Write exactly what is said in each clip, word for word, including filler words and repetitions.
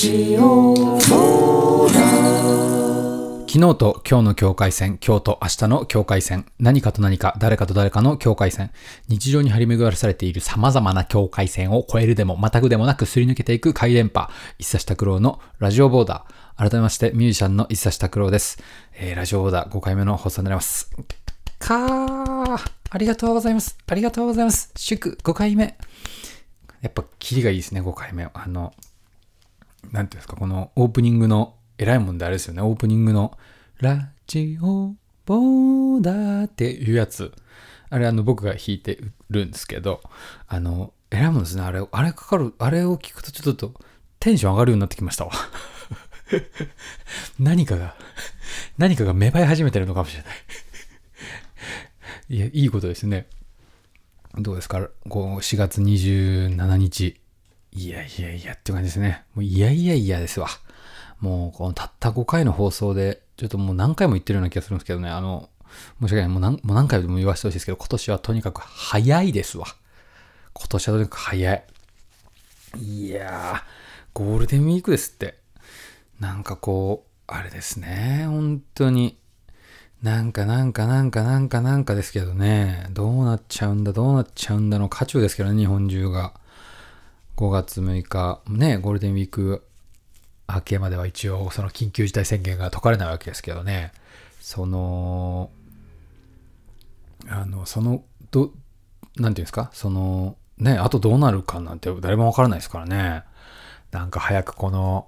ジオボーダ昨日と今日の境界線、今日と明日の境界線、何かと何か、誰かと誰かの境界線、日常に張り巡らされている様々な境界線を越えるでもまたぐでもなくすり抜けていく回電波、一差拓郎のラジオボーダー。改めましてミュージシャンの一差拓郎です、えー。ラジオボーダーごかいめの放送になります。かー、ありがとうございます。ありがとうございます。祝ごかいめ。やっぱキリがいいですね、ごかいめ。あの、なんていうんですか、このオープニングの偉いもんであれですよね。オープニングのラジオボーダーっていうやつ。あれあの僕が弾いてるんですけど、あの、偉いもんですね。あれ、あれかかる、あれを聞くとちょっとテンション上がるようになってきましたわ。何かが、何かが芽生え始めてるのかもしれない。いや、いいことですね。どうですか？こうしがつにじゅうしちにち。いやいやいやって感じですね。もういやいやいやですわ。もうこのたったごかいの放送で、ちょっともう何回も言ってるような気がするんですけどね、あの、申し訳ない、もう 何, もう何回でも言わせてほしいですけど、今年はとにかく早いですわ。今年はとにかく早い。いやー、ゴールデンウィークですって。なんかこう、あれですね、本当に。なんかなんかなんかなんかなんかですけどね、どうなっちゃうんだどうなっちゃうんだの渦中ですけどね、日本中が。ごがつむいか、ね、ゴールデンウィーク明けまでは一応その緊急事態宣言が解かれないわけですけどね、その、あの、その、ど、なんていうんですか、その、ね、あとどうなるかなんて誰もわからないですからね。なんか早くこの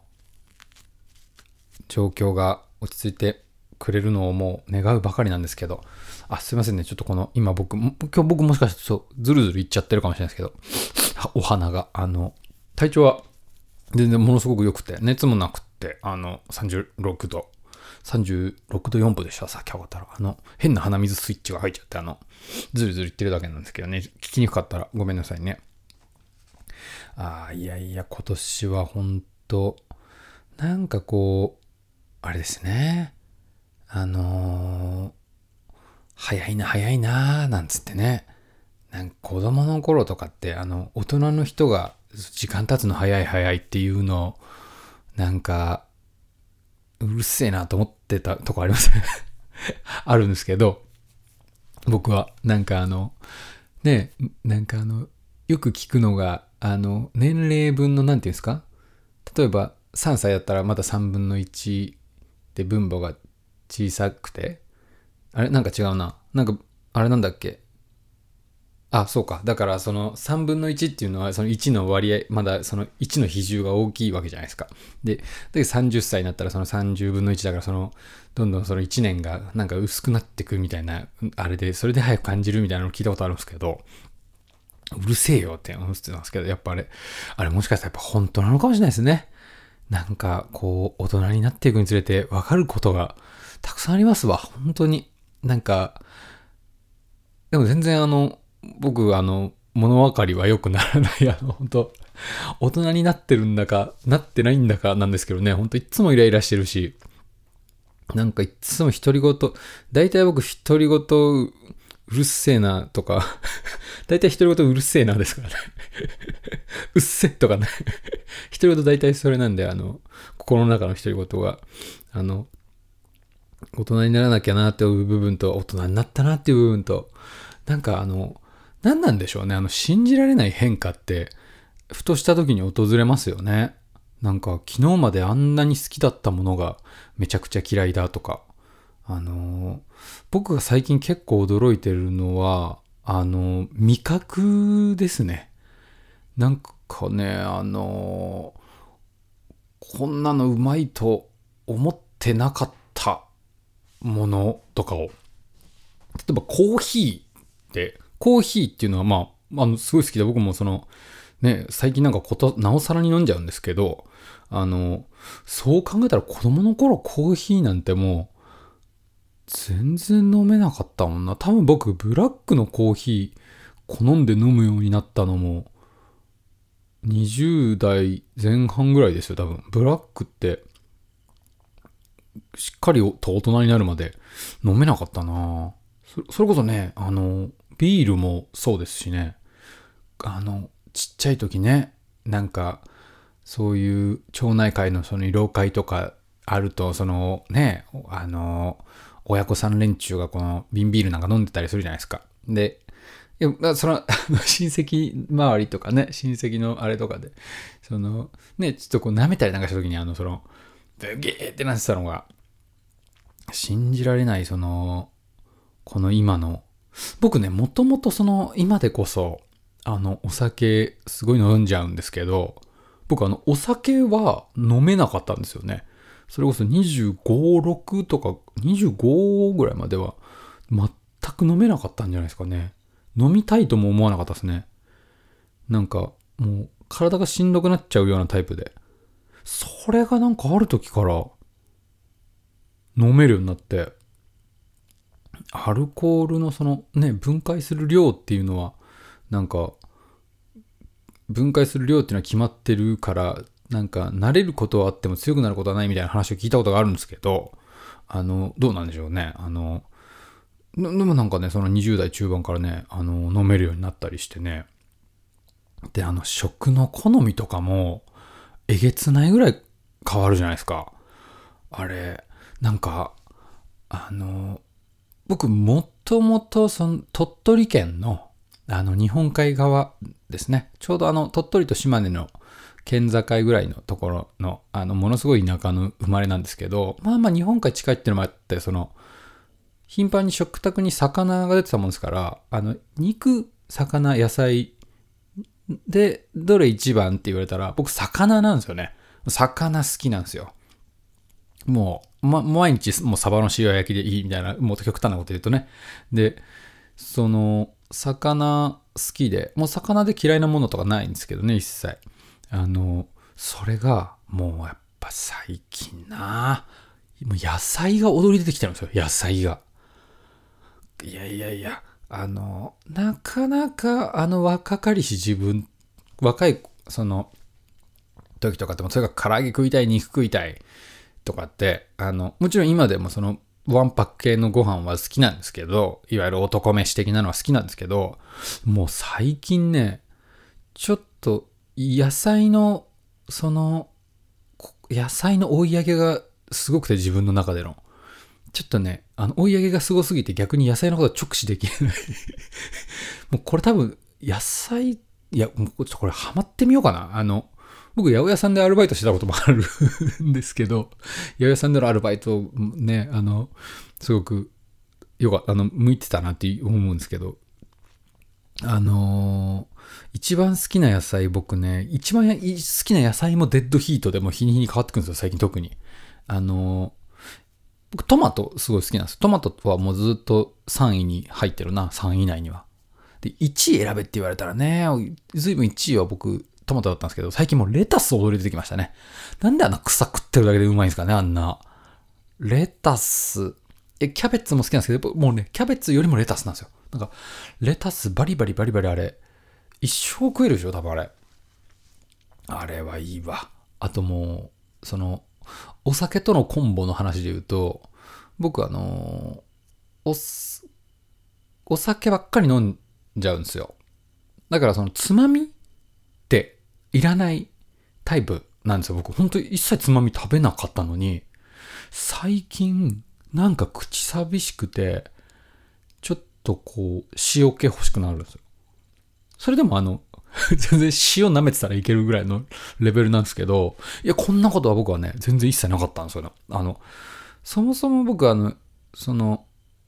状況が落ち着いてくれるのをもう願うばかりなんですけど、あ、すいませんね、ちょっとこの、今僕、今日僕もしかしてそうずるずるいっちゃってるかもしれないですけど、お花が、あの、体調は全然ものすごく良くて、熱もなくって、あの、さんじゅうろくど、さんじゅうろくどよんぶでした、さっき上がったら。あの、変な鼻水スイッチが入っちゃって、あの、ずるずる言ってるだけなんですけどね、聞きにくかったらごめんなさいね。ああ、いやいや、今年は本当なんかこう、あれですね。あのー、早いな、早いな、なんつってね。なんか子供の頃とかって、あの、大人の人が時間経つの早い早いっていうのを、なんか、うるせえなと思ってたとこありますね。あるんですけど、僕は、なんかあの、ね、なんかあの、よく聞くのが、あの、年齢分の、なんていうんですか？例えば、さんさいだったらまださんぶんのいちで分母が小さくて、あれなんか違うな。なんか、あれなんだっけ？あ、そうか。だからそのさんぶんのいちっていうのはそのいちの割合、まだそのいちの比重が大きいわけじゃないですか。で、でさんじゅっさいになったらそのさんじゅうぶんのいちだからその、どんどんそのいちねんがなんか薄くなってくみたいな、あれで、それで早く感じるみたいなのを聞いたことあるんですけど、うるせえよって思ってたんですけど、やっぱあれ、あれもしかしたらやっぱ本当なのかもしれないですね。なんかこう、大人になっていくにつれて分かることがたくさんありますわ。本当に。なんか、でも全然あの、僕、あの、物分かりは良くならない。あの、本当大人になってるんだか、なってないんだかなんですけどね、本当いつもイライラしてるし、なんかいつも独り言、大体僕独り言うるせえなとか、大体独り言うるせえなですからね。うっせとかね。独り言大体それなんで、あの、心の中の独り言は、あの、大人にならなきゃなっていう部分と、大人になったなっていう部分と、なんかあの、何なんでしょうね。あの、信じられない変化って、ふとした時に訪れますよね。なんか、昨日まであんなに好きだったものがめちゃくちゃ嫌いだとか。あのー、僕が最近結構驚いてるのは、あのー、味覚ですね。なんかね、あのー、こんなのうまいと思ってなかったものとかを。例えばコーヒーって、コーヒーっていうのはまあ、あの、すごい好きで僕もその、ね、最近なんかこと、なおさらに飲んじゃうんですけど、あの、そう考えたら子供の頃コーヒーなんてもう、全然飲めなかったもんな。多分僕、ブラックのコーヒー、好んで飲むようになったのも、にじゅう代前半ぐらいですよ、多分。ブラックって、しっかりと大人になるまで飲めなかったなそ。それこそね、あの、ビールもそうですしね。あの、ちっちゃい時ね、なんか、 そういう町内会のその慰労会とかあると、そのね、あの、親子さん連中がこの瓶ビールなんか飲んでたりするじゃないですか。で、いやその親戚周りとかね、親戚のあれとかで、そのね、ちょっとこう舐めたりなんかした時に、あの、その、ブギーってなってたのが、信じられない、その、この今の、僕ね、もともとその、今でこそ、あの、お酒、すごい飲んじゃうんですけど、僕あの、お酒は飲めなかったんですよね。それこそにじゅうご、ろくとか、にじゅうごぐらいまでは、全く飲めなかったんじゃないですかね。飲みたいとも思わなかったですね。なんか、もう、体がしんどくなっちゃうようなタイプで。それがなんかある時から、飲めるようになって、アルコールのそのね、分解する量っていうのは、なんか、分解する量っていうのは決まってるから、なんか、慣れることはあっても強くなることはないみたいな話を聞いたことがあるんですけど、あの、どうなんでしょうね。あの、でもなんかね、そのにじゅう代中盤からね、あの、飲めるようになったりしてね。で、あの、食の好みとかも、えげつないぐらい変わるじゃないですか。あれ、なんか、あの、僕、もともと、その、鳥取県の、あの、日本海側ですね。ちょうどあの、鳥取と島根の県境ぐらいのところの、あの、ものすごい田舎の生まれなんですけど、まあまあ日本海近いっていうのもあって、その、頻繁に食卓に魚が出てたもんですから、あの、肉、魚、野菜で、どれ一番って言われたら、僕、魚なんですよね。魚好きなんですよ。もう、ま、毎日もうサバの塩焼きでいいみたいな、もっと極端なこと言うとね。で、その、魚好きで、もう魚で嫌いなものとかないんですけどね、一切。あの、それが、もうやっぱ最近な、もう野菜が踊り出てきてるんですよ、野菜が。いやいやいや、あの、なかなか、あの若かりし自分、若い、その、時とかっても、それが唐揚げ食いたい、肉食いたいとかって、あの、もちろん今でもその、ワンパック系のご飯は好きなんですけど、いわゆる男飯的なのは好きなんですけど、もう最近ね、ちょっと野菜の、その、野菜の追い上げがすごくて自分の中での。ちょっとね、あの追い上げがすごすぎて逆に野菜のことは直視できない。もうこれ多分、野菜、いや、もうちょっとこれハマってみようかな。あの、僕、八百屋さんでアルバイトしてたこともあるんですけど、八百屋さんでのアルバイト、ね、あの、すごく、よかあの、向いてたなって思うんですけど、あのー一番好きな野菜、僕ね、一番好きな野菜もデッドヒートでも日に日に変わってくるんですよ、最近特に。あのー僕トマトすごい好きなんです。トマトはもうずっとさんいに入ってるな、さんい以内には。で、いちい選べって言われたらね、ずいぶんいちいは僕、トマトだったんですけど、最近もうレタス踊り出てきましたね。なんであんな草食ってるだけでうまいんですかね、あんな。レタス。え、キャベツも好きなんですけど、もうね、キャベツよりもレタスなんですよ。なんか、レタスバリバリバリバリあれ、一生食えるでしょ、多分あれ。あれはいいわ。あともう、その、お酒とのコンボの話で言うと、僕あのお、お酒ばっかり飲んじゃうんですよ。だからそのつまみっていらないタイプなんですよ。僕本当に一切つまみ食べなかったのに、最近なんか口寂しくて、ちょっとこう塩気欲しくなるんですよ。それでもあの、全然塩舐めてたらいけるぐらいのレベルなんですけど、いや、こんなことは僕はね、全然一切なかったんですよ。あの、そもそも僕はあの、その、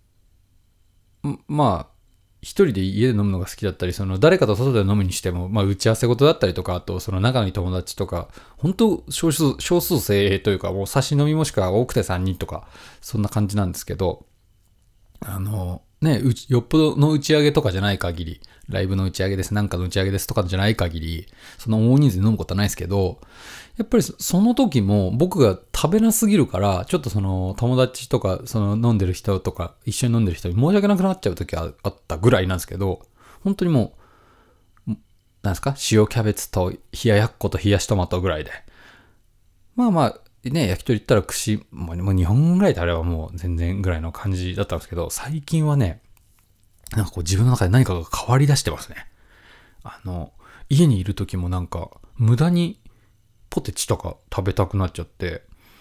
まあ、一人で家で飲むのが好きだったり、その誰かと外で飲むにしても、まあ打ち合わせ事だったりとか、あとその仲のいい友達とか、本当少数、少数精鋭というか、もう差し飲みもしくは多くてさんにんとか、そんな感じなんですけど、あの、ね、よっぽどの打ち上げとかじゃない限り、ライブの打ち上げです、なんかの打ち上げですとかじゃない限り、その大人数で飲むことはないですけど、やっぱりその時も僕が食べなすぎるから、ちょっとその友達とか、その飲んでる人とか、一緒に飲んでる人に申し訳なくなっちゃう時はあったぐらいなんですけど、本当にもう、なんですか、塩キャベツと冷ややっこと冷やしトマトぐらいで。まあまあ、ね、焼き鳥行ったら串、もうにほんぐらいであればもう全然ぐらいの感じだったんですけど、最近はね、なんかこう自分の中で何かが変わり出してますね。あの、家にいる時もなんか、無駄にポテチとか食べたくなっちゃって、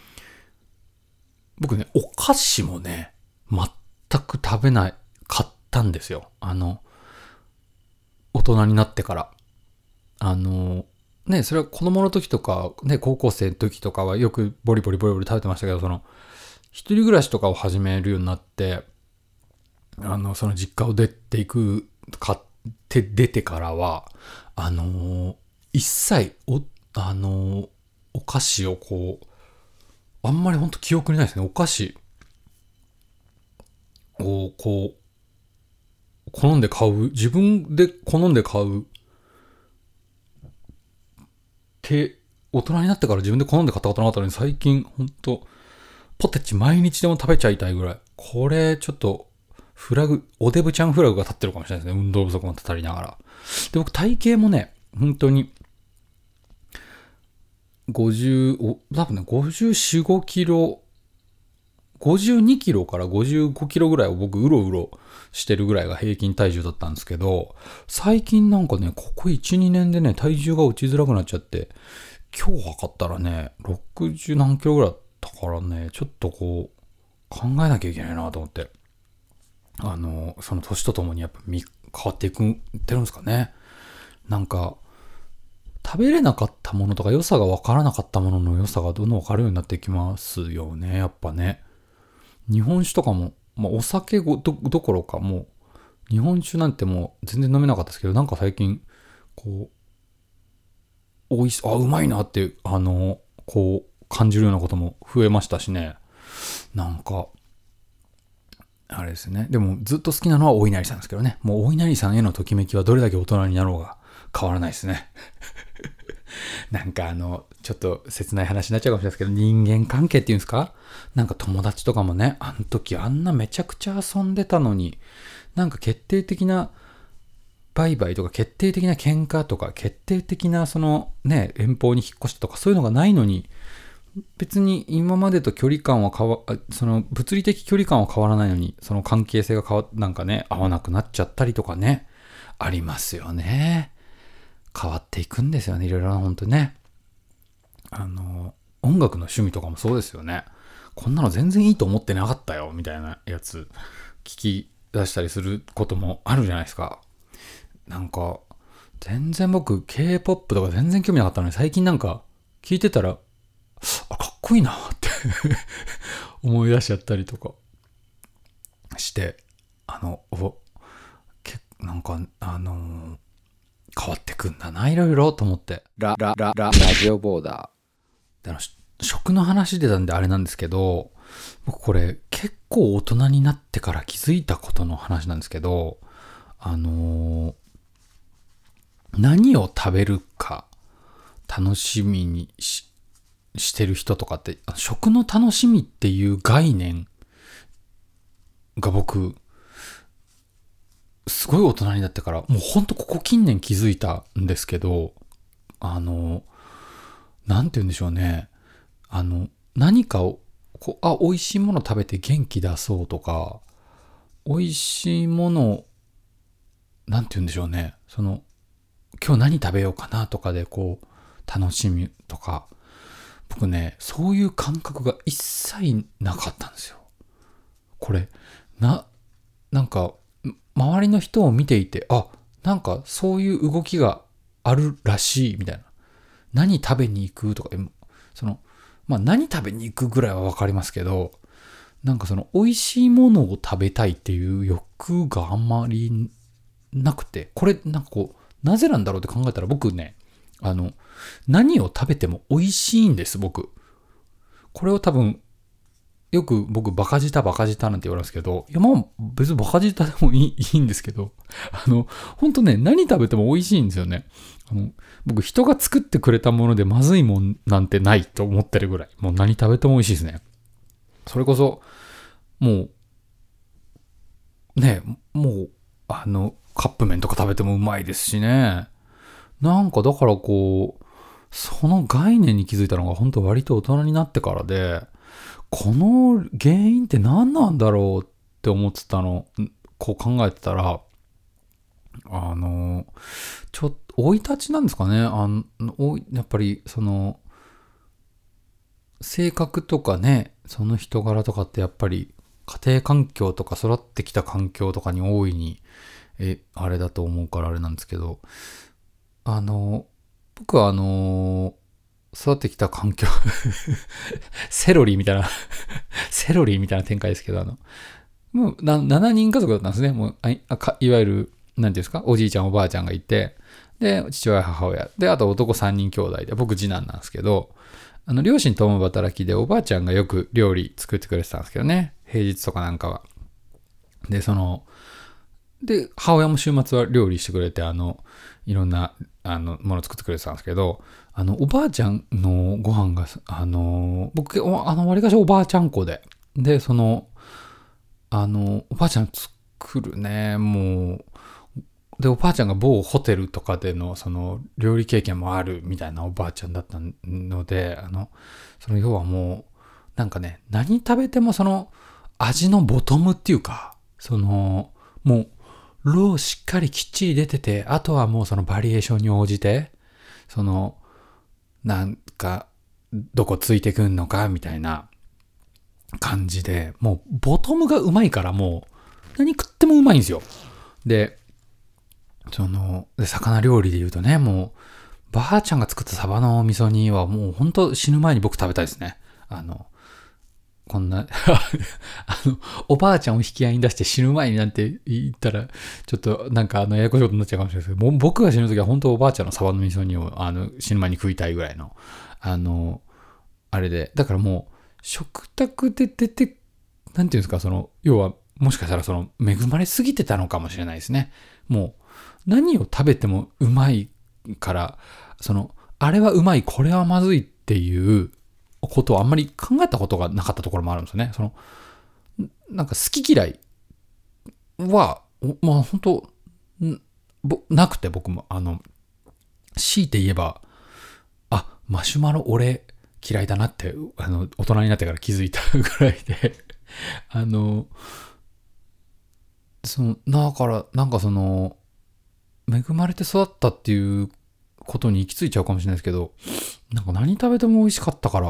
僕ね、お菓子もね、全く食べない、買ったんですよ。あの、大人になってから。あの、ね、それは子供の時とか、ね、高校生の時とかはよくボリボリボリボリ食べてましたけど、その、一人暮らしとかを始めるようになって、あの、その実家を出ていく、買って出てからは、あの、一切、お、あの、お菓子をこう、あんまりほんと記憶にないですね。お菓子をこう、好んで買う、自分で好んで買うって、大人になってから自分で好んで買ったことなかったのに、最近ほんと、ポテチ毎日でも食べちゃいたいぐらい。これ、ちょっと、フラグ、おデブちゃんフラグが立ってるかもしれないですね。運動不足も足りながら。で、僕体型もね、本当に、ごじゅう、お、多分ね、ごじゅうよん、ごキロ、ごじゅうにキロからごじゅうごキロぐらいを僕うろうろしてるぐらいが平均体重だったんですけど、最近なんかね、ここいち、にねんでね、体重が落ちづらくなっちゃって、今日測ったらね、ろくじゅう何キロぐらいだったからね、ちょっとこう、考えなきゃいけないなと思って。あの、その年とともにやっぱ変わっていくってるんですかね。なんか、食べれなかったものとか良さが分からなかったものの良さがどんどん分かるようになってきますよね、やっぱね。日本酒とかも、まあ、お酒どどころかもう、日本酒なんてもう全然飲めなかったですけど、なんか最近、こう、美味し、あ、うまいなって、あの、こう、感じるようなことも増えましたしね。なんか、あれですね。でもずっと好きなのはお稲荷さんですけどね。もうお稲荷さんへのときめきはどれだけ大人になろうが変わらないですね。なんかあの、ちょっと切ない話になっちゃうかもしれないですけど、人間関係っていうんですか？なんか友達とかもね、あの時あんなめちゃくちゃ遊んでたのに、なんか決定的なバイバイとか決定的な喧嘩とか決定的なそのね、遠方に引っ越したとかそういうのがないのに、別に今までと距離感は変わ、その物理的距離感は変わらないのに、その関係性が変わ、なんかね、合わなくなっちゃったりとかね、ありますよね。変わっていくんですよね、いろいろな、本当にね。あの、音楽の趣味とかもそうですよね。こんなの全然いいと思ってなかったよ、みたいなやつ、聞き出したりすることもあるじゃないですか。なんか、全然僕、K-ポップ とか全然興味なかったのに、最近なんか、聞いてたら、あ、かっこいいなって思い出しちゃったりとかして、あの、お、け、なんか、あのー変わってくんだな、いろいろと思って。ラ、ラ、ラ、ラ、ラジオボーダー。であの、食の話出たんであれなんですけど、僕これ結構大人になってから気づいたことの話なんですけど、あのー何を食べるか楽しみにししてる人とかって、食の楽しみっていう概念が僕、すごい大人になってから、もうほんとここ近年気づいたんですけど、あの、なんて言うんでしょうね。あの、何かを、こう、あ、美味しいもの食べて元気出そうとか、美味しいものを、なんて言うんでしょうね。その、今日何食べようかなとかでこう、楽しみとか、僕ね、そういう感覚が一切なかったんですよ。これ、な、なんか、周りの人を見ていて、あ、なんかそういう動きがあるらしい、みたいな。何食べに行くとか、その、まあ何食べに行くぐらいはわかりますけど、なんかその美味しいものを食べたいっていう欲があんまりなくて、これなんかこう、なぜなんだろうって考えたら僕ね、あの、何を食べても美味しいんです、僕。これを多分、よく僕バカ舌バカ舌なんて言われますけど、いやまあ別にバカ舌でもいい、いいんですけど、あの、ほんとね、何食べても美味しいんですよね。あの、僕人が作ってくれたものでまずいもんなんてないと思ってるぐらい、もう何食べても美味しいですね。それこそ、もう、ね、もう、あの、カップ麺とか食べてもうまいですしね。なんかだからこう、その概念に気づいたのが本当割と大人になってからで、この原因って何なんだろうって思ってたの、こう考えてたら、あの、ちょっと、生い立ちなんですかね。あの、やっぱり、その、 性格とかね、その人柄とかってやっぱり家庭環境とか育ってきた環境とかに大いに、え、あれだと思うからあれなんですけど、あの、僕はあの、育ってきた環境セロリみたいなセロリみたいな展開ですけど、あの、もうななにん家族だったんですね。もうああかいわゆる、なんていうんですか、おじいちゃんおばあちゃんがいて、で、父親母親、で、あと男さんにん兄弟で、僕次男なんですけど、あの、両親共働きで、おばあちゃんがよく料理作ってくれてたんですけどね。平日とかなんかは。で、その、で、母親も週末は料理してくれて、あの、いろんな、あの、もの作ってくれてたんですけど、あの、おばあちゃんのご飯が、あの、僕、あの、わりかしおばあちゃん子で、で、その、あの、おばあちゃん作るね、もう、で、おばあちゃんが某ホテルとかでの、その、料理経験もあるみたいなおばあちゃんだったので、あの、その、要はもう、なんかね、何食べてもその、味のボトムっていうか、その、もう、ローしっかりきっちり出てて、あとはもうそのバリエーションに応じて、その、なんか、どこついてくんのか、みたいな感じで、もう、ボトムがうまいから、もう、何食ってもうまいんですよ。で、その、で、魚料理で言うとね、もう、ばあちゃんが作ったサバの味噌煮はもう本当死ぬ前に僕食べたいですね。あの、こんな、あの、おばあちゃんを引き合いに出して死ぬ前になんて言ったら、ちょっとなんかあの、ややこしいことになっちゃうかもしれないですけど、もう僕が死ぬときは本当おばあちゃんのサバの味噌煮を、あの、死ぬ前に食いたいぐらいの、あの、あれで、だからもう、食卓で出て、なんていうんですか、その、要は、もしかしたらその、恵まれすぎてたのかもしれないですね。もう、何を食べてもうまいから、その、あれはうまい、これはまずいっていうことをあんまり考えたことがなかったところもあるんですよね。その、なんか好き嫌いは、まあ本当なくて僕も、あの、強いて言えば、あ、マシュマロ俺嫌いだなって、あの、大人になってから気づいたぐらいで、あの、その、だから、なんかその、恵まれて育ったっていうことに行き着いちゃうかもしれないですけど、なんか何食べても美味しかったから、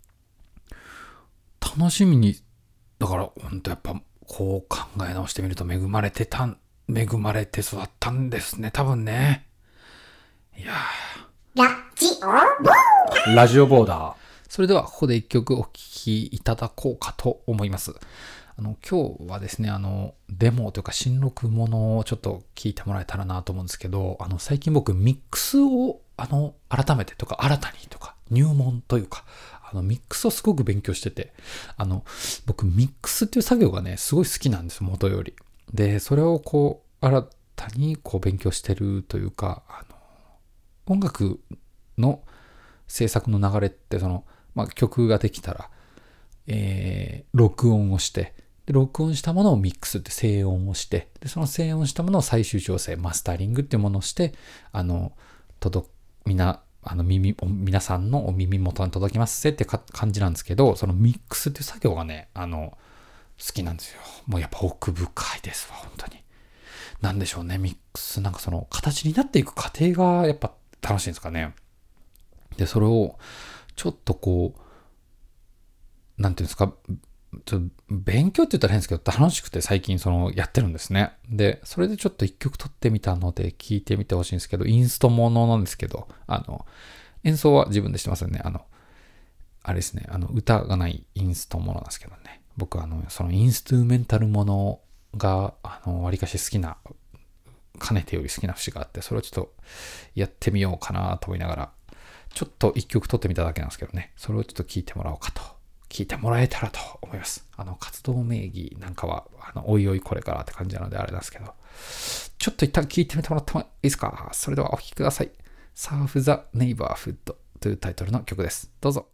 楽しみに、だから本当やっぱこう考え直してみると恵まれてたん、恵まれて育ったんですね、多分ね。いやラジオボーー。ラジオボーダー。それではここで一曲お聴きいただこうかと思います。あの、今日はですね、あの、デモというか新録ものをちょっと聞いてもらえたらなと思うんですけど、あの、最近僕ミックスを、あの、改めてとか新たにとか入門というか、あの、ミックスをすごく勉強してて、あの、僕ミックスっていう作業がね、すごい好きなんです、元より。で、それをこう、新たにこう勉強してるというか、あの、音楽の制作の流れって、その、まあ、曲ができたら、えー、録音をして、で録音したものをミックスって静音をして、でその静音したものを最終調整、マスタリングっていうものをして、あの、届、みな、あの耳、皆さんのお耳元に届きますぜってか感じなんですけど、そのミックスっていう作業がね、あの、好きなんですよ。もうやっぱ奥深いですわ、本当に。なんでしょうね、ミックス、なんかその形になっていく過程がやっぱ楽しいんですかね。で、それを、ちょっとこう、なんていうんですか、ちょっと勉強って言ったら変ですけど、楽しくて最近そのやってるんですね。で、それでちょっと一曲撮ってみたので聴いてみてほしいんですけど、インストものなんですけど、あの、演奏は自分でしてますよね。あの、あれですね、あの、歌がないインストものなんですけどね。僕はあの、そのインストゥメンタルものが、あの、わりかし好きな、かねてより好きな節があって、それをちょっとやってみようかなと思いながら、ちょっと一曲撮ってみただけなんですけどね、それをちょっと聴いてもらおうかと。聞いてもらえたらと思います。あの、活動名義なんかは、あの、おいおいこれからって感じなのであれなんですけど、ちょっと一旦聞いてみてもらってもいいですか？それではお聴きください。Surf the Neighborhood というタイトルの曲です。どうぞ。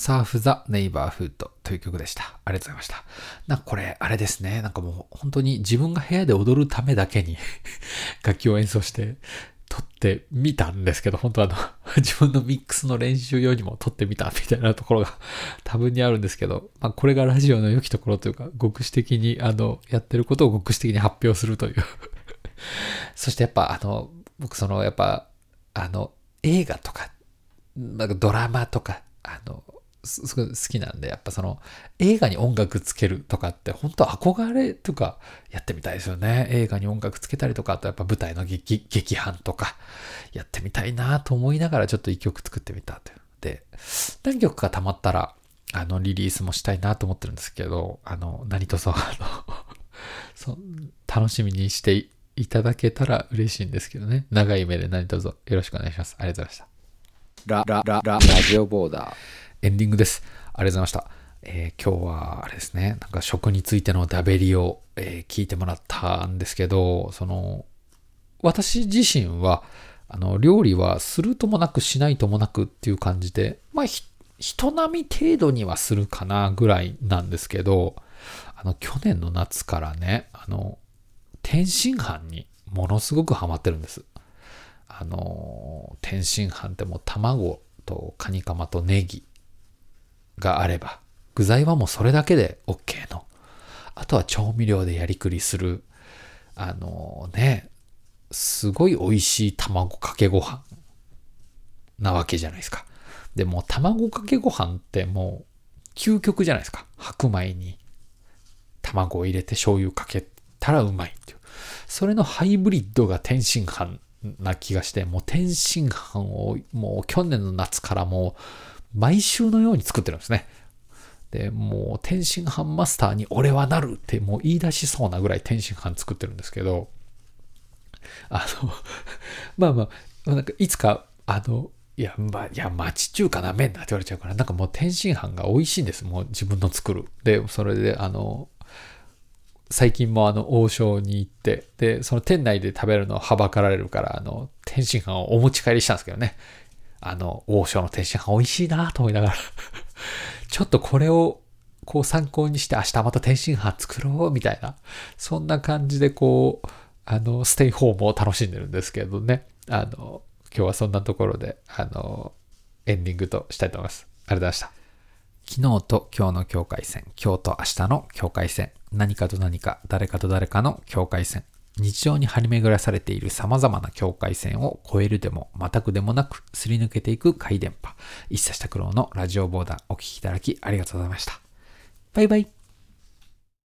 サーフ・ザ・ネイバーフッドという曲でした。ありがとうございました。なんかこれ、あれですね。なんかもう本当に自分が部屋で踊るためだけに楽器を演奏して撮ってみたんですけど、本当あの、自分のミックスの練習用にも撮ってみたみたいなところが多分にあるんですけど、まあこれがラジオの良きところというか、極私的にあの、やってることを極私的に発表するという。そしてやっぱあの、僕そのやっぱ、あの、映画とか、なんかドラマとか、あの、すすごい好きなんで、やっぱその映画に音楽つけるとかって本当憧れとかやってみたいですよね。映画に音楽つけたりとか、あとやっぱ舞台の劇、劇伴とかやってみたいなと思いながらちょっと一曲作ってみたという。で、何曲か溜まったら、あの、リリースもしたいなと思ってるんですけど、あの、何とぞ、あの、そ楽しみにしていただけたら嬉しいんですけどね。長い目で何とぞよろしくお願いします。ありがとうございました。ラ、ラ、ラ、ラ、ラジオボーダー。エンディングです。ありがとうございました。えー、今日はあれですね、なんか食についてのダベリを、えー、聞いてもらったんですけど、その、私自身は、あの、料理はするともなくしないともなくっていう感じで、まあ、人並み程度にはするかなぐらいなんですけど、あの、去年の夏からね、あの、天津飯にものすごくハマってるんです。あの、天津飯ってもう卵とカニカマとネギがあれば、具材はもうそれだけで OK の。あとは調味料でやりくりする。あのね、すごい美味しい卵かけご飯なわけじゃないですか。でも卵かけご飯ってもう究極じゃないですか。白米に卵を入れて醤油かけたらうまいっていう。それのハイブリッドが天津飯な気がして、もう天津飯をもう去年の夏からもう毎週のように作ってるんですね。で、もう天津飯マスターに俺はなるってもう言い出しそうなぐらい天津飯作ってるんですけど、あの、まあまあ、なんかいつか、あの、いや、まあ、いや、町中華なめんなって言われちゃうから、なんかもう天津飯が美味しいんです。もう自分の作る。で、それで、あの、最近もあの、王将に行って、で、その店内で食べるのをはばかられるから、あの、天津飯をお持ち帰りしたんですけどね。あの、王将の天津飯美味しいなと思いながら、ちょっとこれを、こう参考にして明日また天津飯作ろうみたいな、そんな感じでこう、あの、ステイホームを楽しんでるんですけどね。あの、今日はそんなところで、あの、エンディングとしたいと思います。ありがとうございました。昨日と今日の境界線、今日と明日の境界線、何かと何か、誰かと誰かの境界線、日常に張り巡らされている様々な境界線を越えるでも、またくでもなく、すり抜けていく回電波。一茶拓郎のラジオボーダーお聞きいただきありがとうございました。バイバイ。